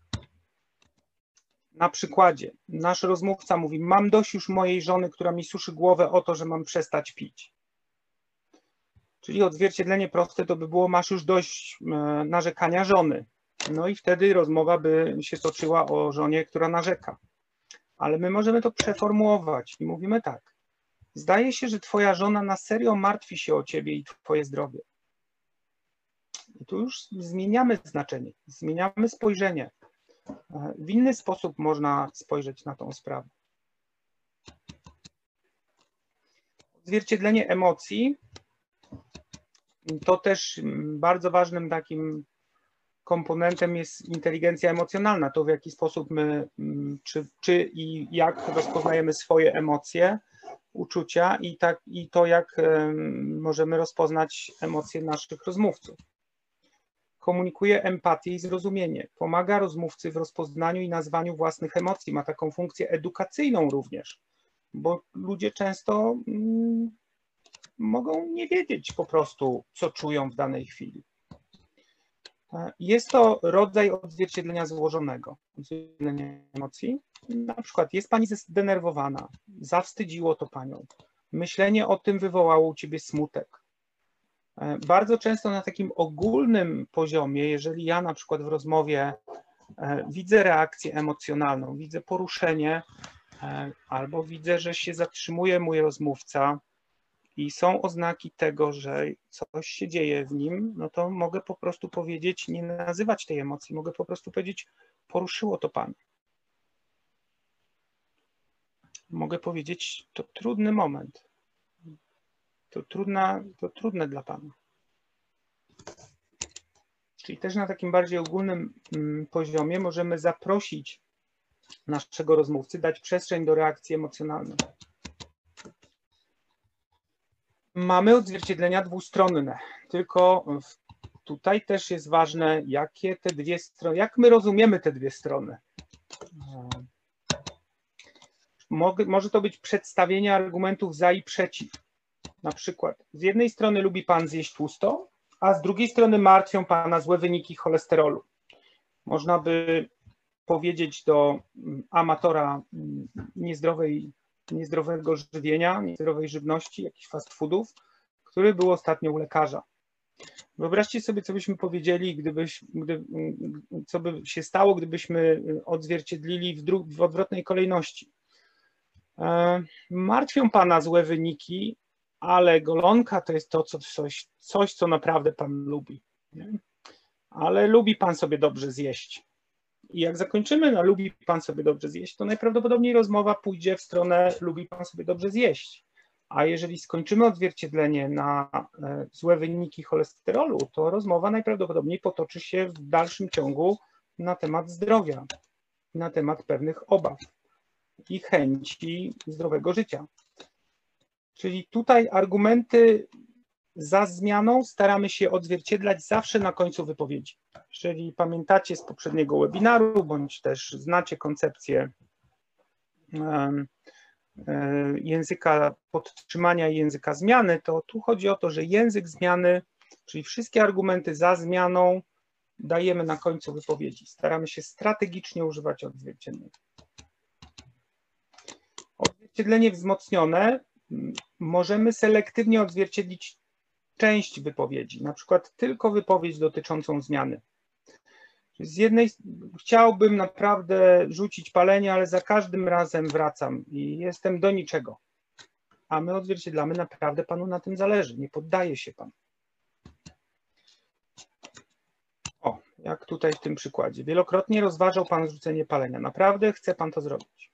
na przykładzie nasz rozmówca mówi, mam dość już mojej żony, która mi suszy głowę o to, że mam przestać pić. Czyli odzwierciedlenie proste to by było, masz już dość narzekania żony. No i wtedy rozmowa by się toczyła o żonie, która narzeka. Ale my możemy to przeformułować i mówimy tak. Zdaje się, że twoja żona na serio martwi się o ciebie i twoje zdrowie. I tu już zmieniamy znaczenie, zmieniamy spojrzenie. W inny sposób można spojrzeć na tą sprawę. Odzwierciedlenie emocji to też bardzo ważnym takim komponentem jest inteligencja emocjonalna, to w jaki sposób my, czy i jak rozpoznajemy swoje emocje, uczucia i to, jak możemy rozpoznać emocje naszych rozmówców. Komunikuje empatię i zrozumienie, pomaga rozmówcy w rozpoznaniu i nazwaniu własnych emocji, ma taką funkcję edukacyjną również, bo ludzie często mogą nie wiedzieć po prostu, co czują w danej chwili. Jest to rodzaj odzwierciedlenia złożonego, odzwierciedlenia emocji. Na przykład jest pani zdenerwowana, zawstydziło to panią, myślenie o tym wywołało u ciebie smutek. Bardzo często na takim ogólnym poziomie, jeżeli ja na przykład w rozmowie widzę reakcję emocjonalną, widzę poruszenie albo widzę, że się zatrzymuje mój rozmówca i są oznaki tego, że coś się dzieje w nim, no to mogę po prostu powiedzieć, nie nazywać tej emocji, mogę po prostu powiedzieć, poruszyło to pana. Mogę powiedzieć, to trudny moment, to trudne dla pana. Czyli też na takim bardziej ogólnym poziomie możemy zaprosić naszego rozmówcy, dać przestrzeń do reakcji emocjonalnej. Mamy odzwierciedlenia dwustronne, tylko tutaj też jest ważne, jakie te dwie strony, jak my rozumiemy te dwie strony. Może to być przedstawienie argumentów za i przeciw. Na przykład z jednej strony lubi pan zjeść tłusto, a z drugiej strony martwią pana złe wyniki cholesterolu. Można by powiedzieć do amatora niezdrowego żywienia, niezdrowej żywności, jakichś fast foodów, który był ostatnio u lekarza. Wyobraźcie sobie, co byśmy powiedzieli, co by się stało, gdybyśmy odzwierciedlili w odwrotnej kolejności. Martwią pana złe wyniki, ale golonka to jest to, coś, co naprawdę pan lubi. Nie? Ale lubi pan sobie dobrze zjeść. I jak zakończymy na lubi pan sobie dobrze zjeść, to najprawdopodobniej rozmowa pójdzie w stronę lubi pan sobie dobrze zjeść. A jeżeli skończymy odzwierciedlenie na złe wyniki cholesterolu, to rozmowa najprawdopodobniej potoczy się w dalszym ciągu na temat zdrowia, na temat pewnych obaw i chęci zdrowego życia. Czyli tutaj argumenty za zmianą staramy się odzwierciedlać zawsze na końcu wypowiedzi. Jeżeli pamiętacie z poprzedniego webinaru, bądź też znacie koncepcję języka podtrzymania i języka zmiany, to tu chodzi o to, że język zmiany, czyli wszystkie argumenty za zmianą dajemy na końcu wypowiedzi. Staramy się strategicznie używać odzwierciedlenia. Odzwierciedlenie wzmocnione możemy selektywnie odzwierciedlić część wypowiedzi, na przykład tylko wypowiedź dotyczącą zmiany. Z jednej chciałbym naprawdę rzucić palenie, ale za każdym razem wracam i jestem do niczego. A my odzwierciedlamy, naprawdę panu na tym zależy, nie poddaje się pan. O, jak tutaj w tym przykładzie. Wielokrotnie rozważał pan zrzucenie palenia. Naprawdę chce pan to zrobić.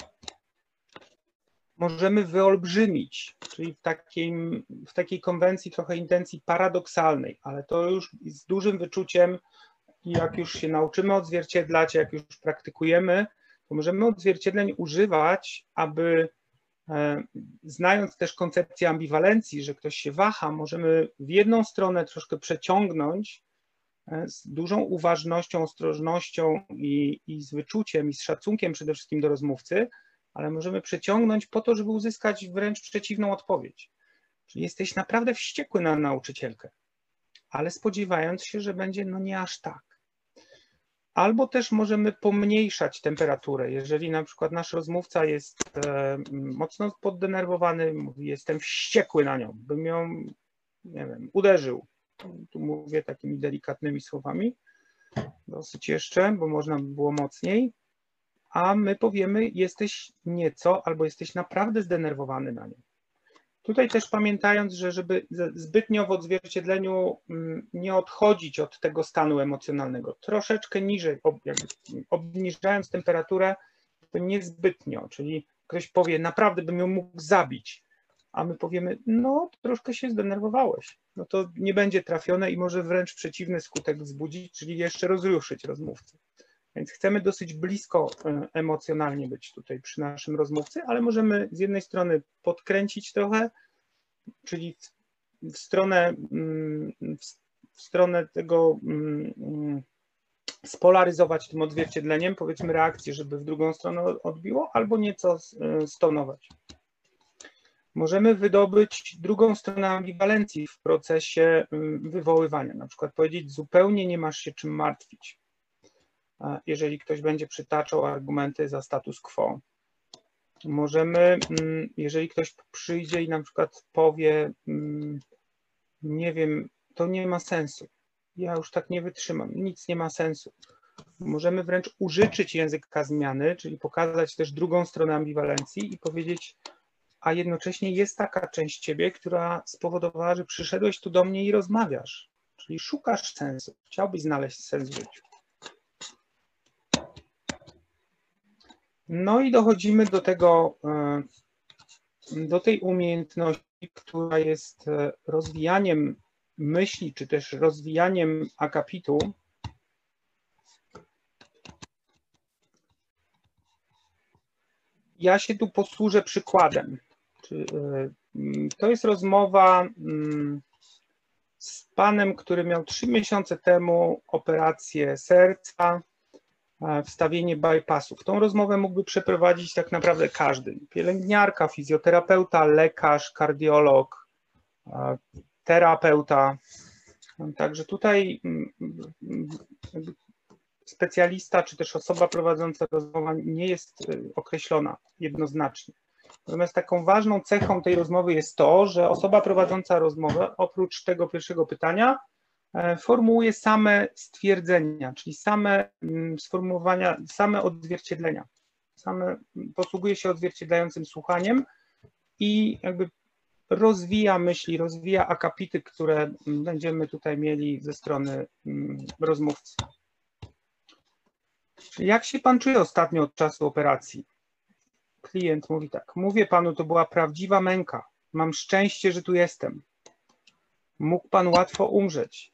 Możemy wyolbrzymić, czyli w takiej konwencji trochę intencji paradoksalnej, ale to już z dużym wyczuciem i jak już się nauczymy odzwierciedlać, jak już praktykujemy, to możemy odzwierciedleń używać, aby znając też koncepcję ambiwalencji, że ktoś się waha, możemy w jedną stronę troszkę przeciągnąć z dużą uważnością, ostrożnością i z wyczuciem i z szacunkiem przede wszystkim do rozmówcy, ale możemy przeciągnąć po to, żeby uzyskać wręcz przeciwną odpowiedź. Czyli jesteś naprawdę wściekły na nauczycielkę, ale spodziewając się, że będzie no nie aż tak. Albo też możemy pomniejszać temperaturę. Jeżeli na przykład nasz rozmówca jest mocno poddenerwowany, mówi, jestem wściekły na nią, bym ją, nie wiem, uderzył. Tu mówię takimi delikatnymi słowami, dosyć jeszcze, bo można by było mocniej. A my powiemy, jesteś nieco albo jesteś naprawdę zdenerwowany na nią. Tutaj też pamiętając, że żeby zbytnio w odzwierciedleniu nie odchodzić od tego stanu emocjonalnego, troszeczkę niżej, obniżając temperaturę, to niezbytnio, czyli ktoś powie, naprawdę bym ją mógł zabić, a my powiemy, no troszkę się zdenerwowałeś, no to nie będzie trafione i może wręcz przeciwny skutek wzbudzić, czyli jeszcze rozruszyć rozmówcę. Więc chcemy dosyć blisko emocjonalnie być tutaj przy naszym rozmówcy, ale możemy z jednej strony podkręcić trochę, czyli w stronę tego spolaryzować tym odzwierciedleniem, powiedzmy reakcję, żeby w drugą stronę odbiło, albo nieco stonować. Możemy wydobyć drugą stronę ambiwalencji w procesie wywoływania, na przykład powiedzieć zupełnie nie masz się czym martwić, jeżeli ktoś będzie przytaczał argumenty za status quo. Możemy, jeżeli ktoś przyjdzie i na przykład powie, nie wiem, to nie ma sensu, ja już tak nie wytrzymam, nic nie ma sensu. Możemy wręcz użyczyć języka zmiany, czyli pokazać też drugą stronę ambiwalencji i powiedzieć, a jednocześnie jest taka część ciebie, która spowodowała, że przyszedłeś tu do mnie i rozmawiasz, czyli szukasz sensu, chciałbyś znaleźć sens w życiu. No i dochodzimy do tej umiejętności, która jest rozwijaniem myśli, czy też rozwijaniem akapitu. Ja się tu posłużę przykładem. To jest rozmowa z panem, który miał 3 miesiące temu operację serca, wstawienie bypassów. Tą rozmowę mógłby przeprowadzić tak naprawdę każdy. Pielęgniarka, fizjoterapeuta, lekarz, kardiolog, terapeuta. Także tutaj specjalista czy też osoba prowadząca rozmowę nie jest określona jednoznacznie. Natomiast taką ważną cechą tej rozmowy jest to, że osoba prowadząca rozmowę oprócz tego pierwszego pytania formułuje same stwierdzenia, czyli same sformułowania, same odzwierciedlenia. Posługuje się odzwierciedlającym słuchaniem i jakby rozwija myśli, rozwija akapity, które będziemy tutaj mieli ze strony rozmówcy. Czyli jak się pan czuje ostatnio od czasu operacji? Klient mówi tak, mówię panu, to była prawdziwa męka. Mam szczęście, że tu jestem. Mógł pan łatwo umrzeć.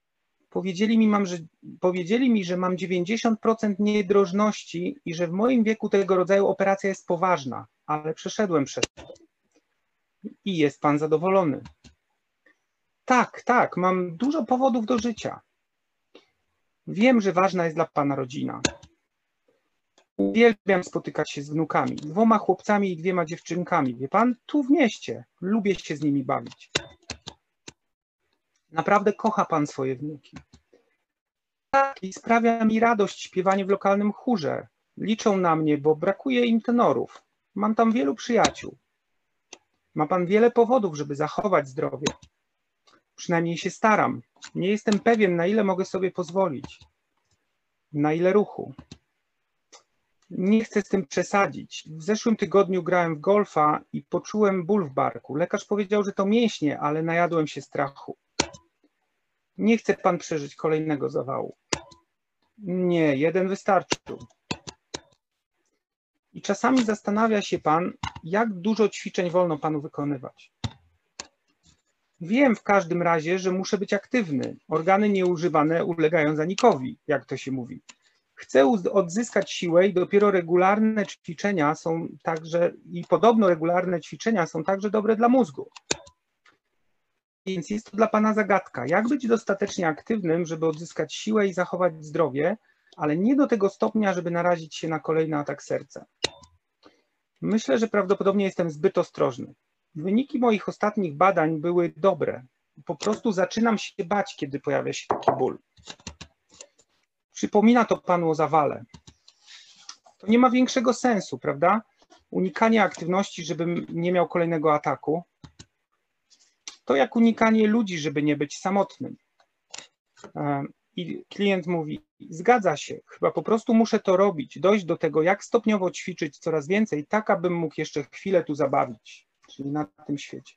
Powiedzieli mi, że mam 90% niedrożności i że w moim wieku tego rodzaju operacja jest poważna, ale przeszedłem przez to. I jest pan zadowolony. Tak, tak, mam dużo powodów do życia. Wiem, że ważna jest dla pana rodzina. Uwielbiam spotykać się z wnukami, 2 chłopcami i 2 dziewczynkami. Wie pan, tu w mieście. Lubię się z nimi bawić. Naprawdę kocha pan swoje wnuki. Tak, i sprawia mi radość śpiewanie w lokalnym chórze. Liczą na mnie, bo brakuje im tenorów. Mam tam wielu przyjaciół. Ma pan wiele powodów, żeby zachować zdrowie. Przynajmniej się staram. Nie jestem pewien, na ile mogę sobie pozwolić. Na ile ruchu. Nie chcę z tym przesadzić. W zeszłym tygodniu grałem w golfa i poczułem ból w barku. Lekarz powiedział, że to mięśnie, ale najadłem się strachu. Nie chce pan przeżyć kolejnego zawału. Nie, 1 wystarczył. I czasami zastanawia się pan, jak dużo ćwiczeń wolno panu wykonywać. Wiem w każdym razie, że muszę być aktywny. Organy nieużywane ulegają zanikowi, jak to się mówi. Chcę odzyskać siłę i dopiero regularne ćwiczenia są także, i podobno regularne ćwiczenia są także dobre dla mózgu. Więc jest to dla pana zagadka. Jak być dostatecznie aktywnym, żeby odzyskać siłę i zachować zdrowie, ale nie do tego stopnia, żeby narazić się na kolejny atak serca. Myślę, że prawdopodobnie jestem zbyt ostrożny. Wyniki moich ostatnich badań były dobre. Po prostu zaczynam się bać, kiedy pojawia się taki ból. Przypomina to panu o zawale. To nie ma większego sensu, prawda? Unikanie aktywności, żebym nie miał kolejnego ataku. To jak unikanie ludzi, żeby nie być samotnym. I klient mówi, zgadza się, chyba po prostu muszę to robić, dojść do tego, jak stopniowo ćwiczyć coraz więcej, tak abym mógł jeszcze chwilę tu zabawić, czyli na tym świecie.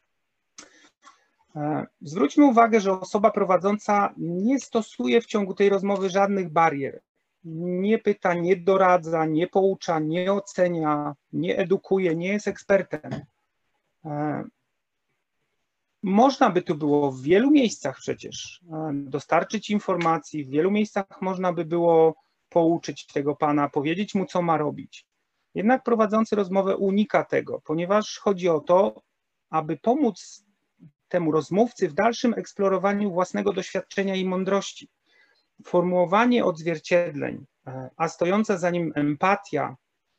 Zwróćmy uwagę, że osoba prowadząca nie stosuje w ciągu tej rozmowy żadnych barier. Nie pyta, nie doradza, nie poucza, nie ocenia, nie edukuje, nie jest ekspertem. Można by tu było w wielu miejscach przecież dostarczyć informacji, w wielu miejscach można by było pouczyć tego pana, powiedzieć mu, co ma robić. Jednak prowadzący rozmowę unika tego, ponieważ chodzi o to, aby pomóc temu rozmówcy w dalszym eksplorowaniu własnego doświadczenia i mądrości. Formułowanie odzwierciedleń, a stojąca za nim empatia,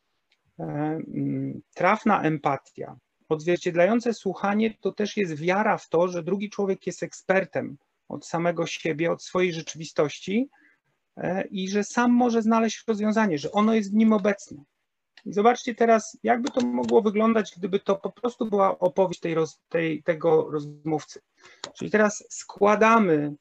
trafna empatia, odzwierciedlające słuchanie to też jest wiara w to, że drugi człowiek jest ekspertem od samego siebie, od swojej rzeczywistości i że sam może znaleźć rozwiązanie, że ono jest w nim obecne. I zobaczcie teraz, jakby to mogło wyglądać, gdyby to po prostu była opowieść tego rozmówcy. Czyli teraz składamy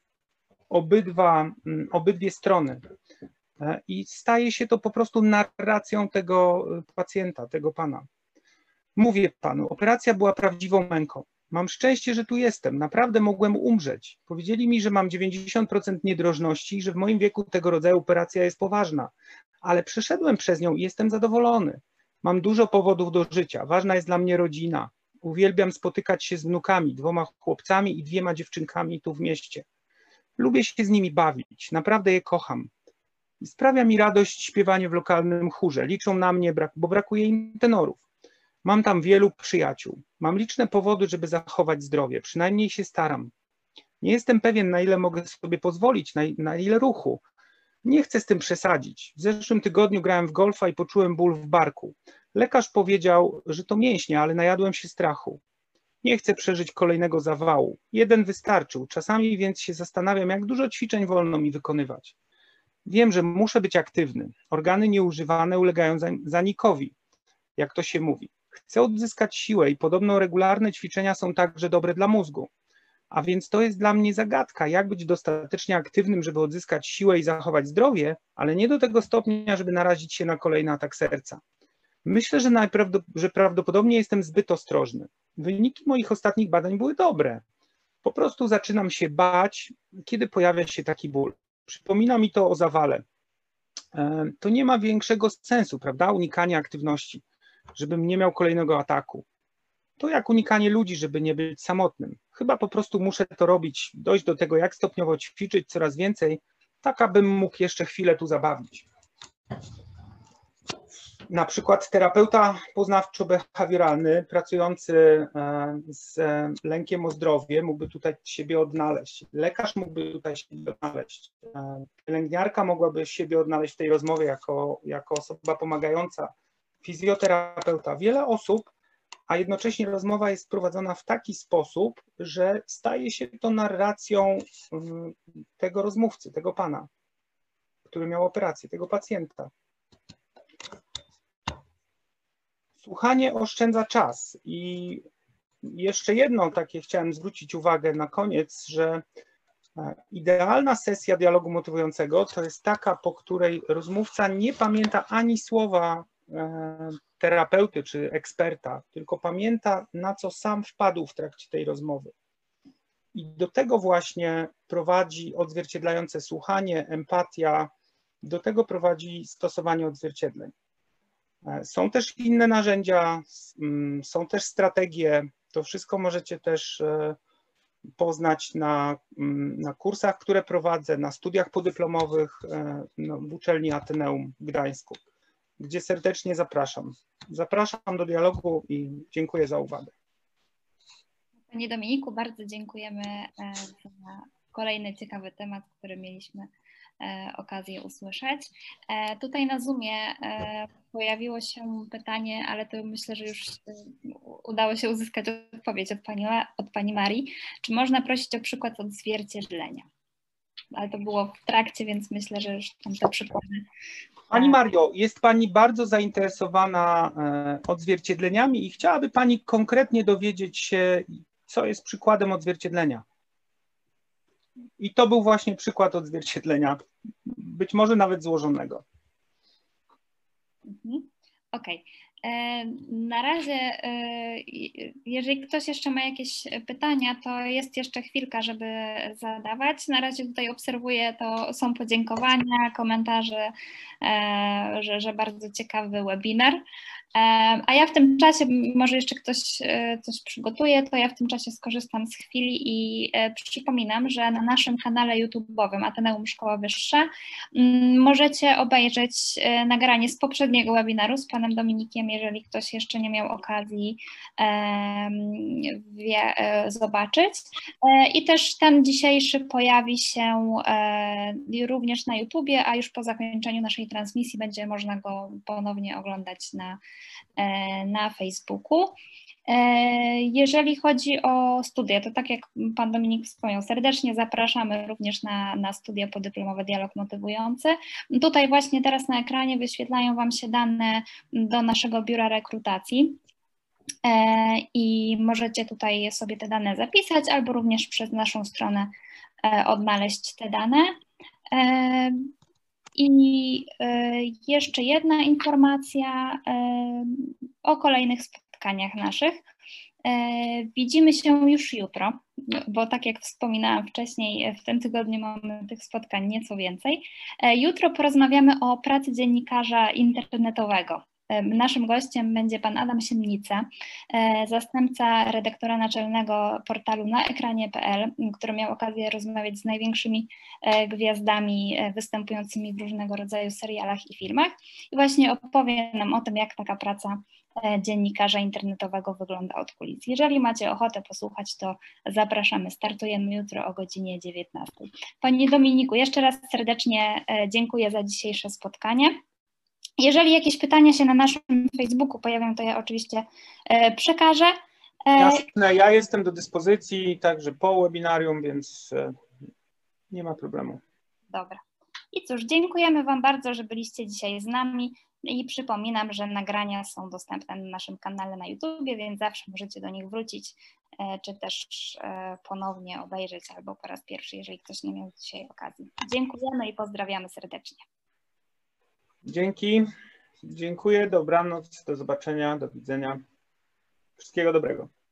obydwie strony i staje się to po prostu narracją tego pacjenta, tego pana. Mówię panu, operacja była prawdziwą męką. Mam szczęście, że tu jestem. Naprawdę mogłem umrzeć. Powiedzieli mi, że mam 90% niedrożności i że w moim wieku tego rodzaju operacja jest poważna. Ale przeszedłem przez nią i jestem zadowolony. Mam dużo powodów do życia. Ważna jest dla mnie rodzina. Uwielbiam spotykać się z wnukami, 2 chłopcami i 2 dziewczynkami tu w mieście. Lubię się z nimi bawić. Naprawdę je kocham. Sprawia mi radość śpiewanie w lokalnym chórze. Liczą na mnie, bo brakuje im tenorów. Mam tam wielu przyjaciół. Mam liczne powody, żeby zachować zdrowie. Przynajmniej się staram. Nie jestem pewien, na ile mogę sobie pozwolić, na ile ruchu. Nie chcę z tym przesadzić. W zeszłym tygodniu grałem w golfa i poczułem ból w barku. Lekarz powiedział, że to mięśnie, ale najadłem się strachu. Nie chcę przeżyć kolejnego zawału. Jeden wystarczył. Czasami więc się zastanawiam, jak dużo ćwiczeń wolno mi wykonywać. Wiem, że muszę być aktywny. Organy nieużywane ulegają zanikowi, jak to się mówi. Chcę odzyskać siłę i podobno regularne ćwiczenia są także dobre dla mózgu. A więc to jest dla mnie zagadka, jak być dostatecznie aktywnym, żeby odzyskać siłę i zachować zdrowie, ale nie do tego stopnia, żeby narazić się na kolejny atak serca. Myślę, że prawdopodobnie jestem zbyt ostrożny. Wyniki moich ostatnich badań były dobre. Po prostu zaczynam się bać, kiedy pojawia się taki ból. Przypomina mi to o zawale. To nie ma większego sensu, prawda? Unikanie aktywności, żebym nie miał kolejnego ataku. To jak unikanie ludzi, żeby nie być samotnym. Chyba po prostu muszę to robić, dojść do tego, jak stopniowo ćwiczyć coraz więcej, tak abym mógł jeszcze chwilę tu zabawić. Na przykład terapeuta poznawczo-behawioralny pracujący z lękiem o zdrowie mógłby tutaj siebie odnaleźć. Lekarz mógłby tutaj siebie odnaleźć. Pielęgniarka mogłaby siebie odnaleźć w tej rozmowie jako osoba pomagająca. Fizjoterapeuta. Wiele osób, a jednocześnie rozmowa jest prowadzona w taki sposób, że staje się to narracją tego rozmówcy, tego pana, który miał operację, tego pacjenta. Słuchanie oszczędza czas i jeszcze jedno takie chciałem zwrócić uwagę na koniec, że idealna sesja dialogu motywującego to jest taka, po której rozmówca nie pamięta ani słowa terapeuty czy eksperta, tylko pamięta, na co sam wpadł w trakcie tej rozmowy. I do tego właśnie prowadzi odzwierciedlające słuchanie, empatia, do tego prowadzi stosowanie odzwierciedleń. Są też inne narzędzia, są też strategie, to wszystko możecie też poznać na kursach, które prowadzę, na studiach podyplomowych w uczelni Ateneum w Gdańsku, gdzie serdecznie zapraszam. Zapraszam do dialogu i dziękuję za uwagę. Panie Dominiku, bardzo dziękujemy za kolejny ciekawy temat, który mieliśmy okazję usłyszeć. Tutaj na Zoomie pojawiło się pytanie, ale to myślę, że już udało się uzyskać odpowiedź od pani Marii. Czy można prosić o przykład odzwierciedlenia? Ale to było w trakcie, więc myślę, że już tam te przykłady. Pani Mario, jest Pani bardzo zainteresowana odzwierciedleniami i chciałaby Pani konkretnie dowiedzieć się, co jest przykładem odzwierciedlenia. I to był właśnie przykład odzwierciedlenia, być może nawet złożonego. Okej. Na razie, jeżeli ktoś jeszcze ma jakieś pytania, to jest jeszcze chwilka, żeby zadawać. Na razie tutaj obserwuję, to są podziękowania, komentarze, że bardzo ciekawy webinar. A ja w tym czasie, może jeszcze ktoś coś przygotuje, to ja w tym czasie skorzystam z chwili i przypominam, że na naszym kanale YouTube'owym Ateneum Szkoła Wyższa możecie obejrzeć nagranie z poprzedniego webinaru z panem Dominikiem, jeżeli ktoś jeszcze nie miał okazji zobaczyć. I też ten dzisiejszy pojawi się również na YouTubie, a już po zakończeniu naszej transmisji będzie można go ponownie oglądać na Facebooku. Jeżeli chodzi o studia, to tak jak pan Dominik wspomniał, serdecznie zapraszamy również na studia podyplomowe Dialog Motywujący. Tutaj właśnie teraz na ekranie wyświetlają wam się dane do naszego biura rekrutacji i możecie tutaj sobie te dane zapisać albo również przez naszą stronę odnaleźć te dane. I jeszcze jedna informacja o kolejnych spotkaniach naszych. Widzimy się już jutro, bo tak jak wspominałam wcześniej, w tym tygodniu mamy tych spotkań nieco więcej. Jutro porozmawiamy o pracy dziennikarza internetowego. Naszym gościem będzie pan Adam Siemnica, zastępca redaktora naczelnego portalu naekranie.pl, który miał okazję rozmawiać z największymi gwiazdami występującymi w różnego rodzaju serialach i filmach i właśnie opowie nam o tym, jak taka praca dziennikarza internetowego wygląda od kulis. Jeżeli macie ochotę posłuchać, to zapraszamy. Startujemy jutro o godzinie 19. Panie Dominiku, jeszcze raz serdecznie dziękuję za dzisiejsze spotkanie. Jeżeli jakieś pytania się na naszym Facebooku pojawią, to ja oczywiście przekażę. Jasne, ja jestem do dyspozycji także po webinarium, więc nie ma problemu. Dobra. I cóż, dziękujemy wam bardzo, że byliście dzisiaj z nami i przypominam, że nagrania są dostępne na naszym kanale na YouTubie, więc zawsze możecie do nich wrócić, czy też ponownie obejrzeć albo po raz pierwszy, jeżeli ktoś nie miał dzisiaj okazji. Dziękujemy i pozdrawiamy serdecznie. Dzięki, dziękuję, dobranoc, do zobaczenia, do widzenia. Wszystkiego dobrego.